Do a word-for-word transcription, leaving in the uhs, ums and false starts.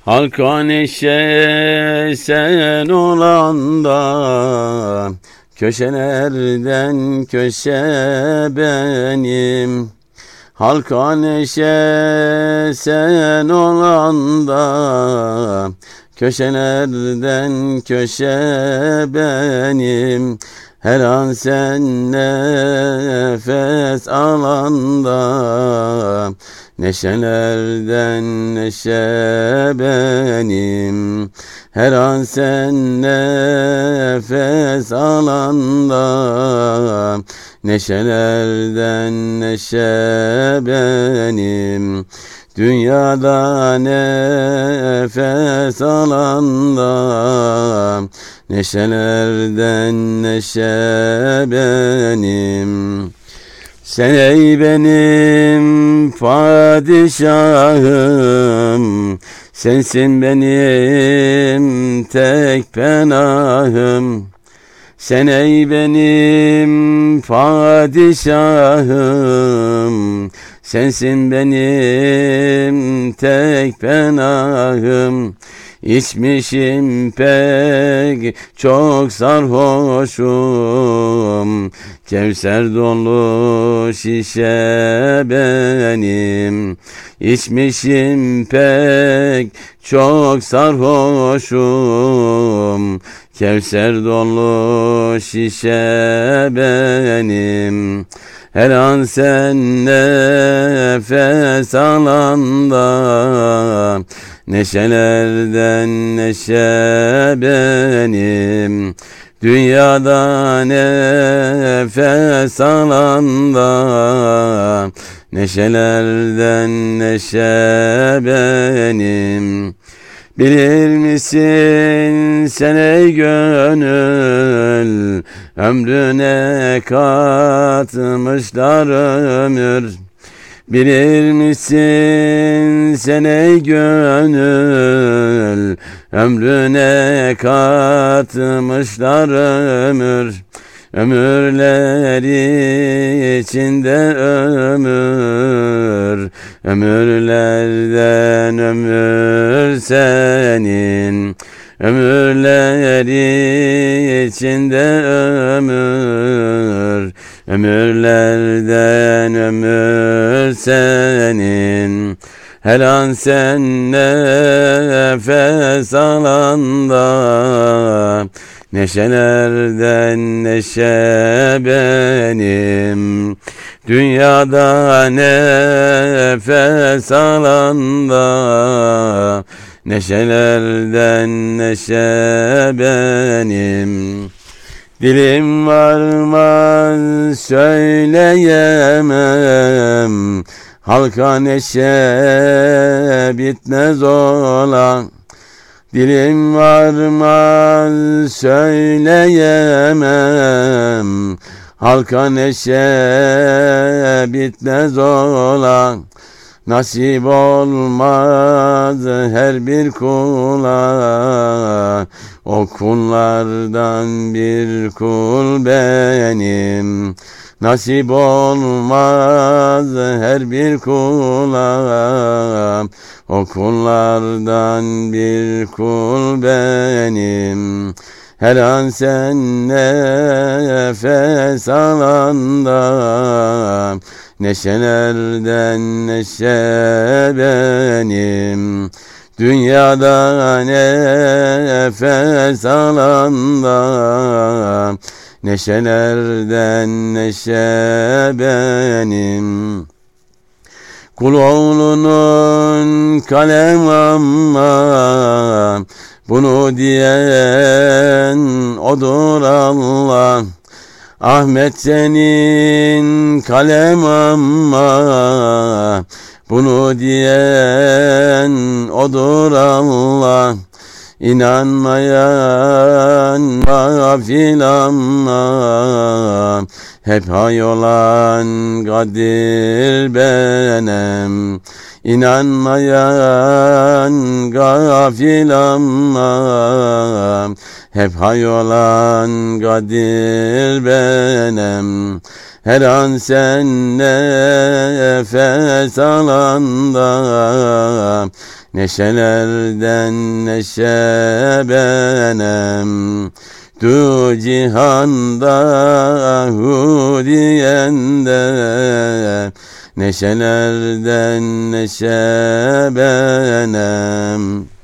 Halka neşe sen olanda, köşelerden köşe benim. Halka neşe sen olanda, köşelerden köşe benim. Her an sen nefes alanda, neşelerden neşe benim. Her an sen nefes alanda, neşelerden neşe benim. Dünyada nefes alanda, neşelerden neşe benim. Sen ey benim padişahım, sensin benim tek penahım. Sen ey benim padişahım, sensin benim tek penahım. İçmişim pek çok sarhoşum, Kevser dolu şişe benim. İçmişim pek çok sarhoşum, Kevser dolu şişe benim. Her an sen nefes alanda, neşelerden neşe benim. Dünyada nefes alanda, neşelerden neşe benim. Bilir misin sen ey gönül, ömrüne katmışlar ömür. Bilir misin sen ey gönül, ömrüne katmışlar ömür. Ömürler içinde ömür, ömürlerden ömür senin. Ömürler içinde ömür, ömürlerden ömür senin. Her an sen nefes alanda, neşelerden neşe benim. Dünyada nefes alanda, neşelerden neşe benim. Dilim varmaz söyleyemem, halka neşe bitmez olan. Dilim varmaz söyleyemem, halka neşe bitmez olan. Nasip olmaz her bir kula, o kullardan bir kul benim. Nasip olmaz her bir kula, o kullardan bir kul benim. Her an sen nefes alanda, neşelerden neşe benim. Dünyada nefes alanda, neşelerden neşe benim. Kul oğlunun kalem amma, bunu diyen odur Allah. Ahmet senin kalem amma, bunu diyen odur Allah. İnanmayan gafil amma, hep hay olan Kadir benim. İnanmayan gafil ama hep hayolan kadir benim. Her an sen nefes alanda neşelerden neşe benim. Du cihanda hu diyende neşelerden neşe benim.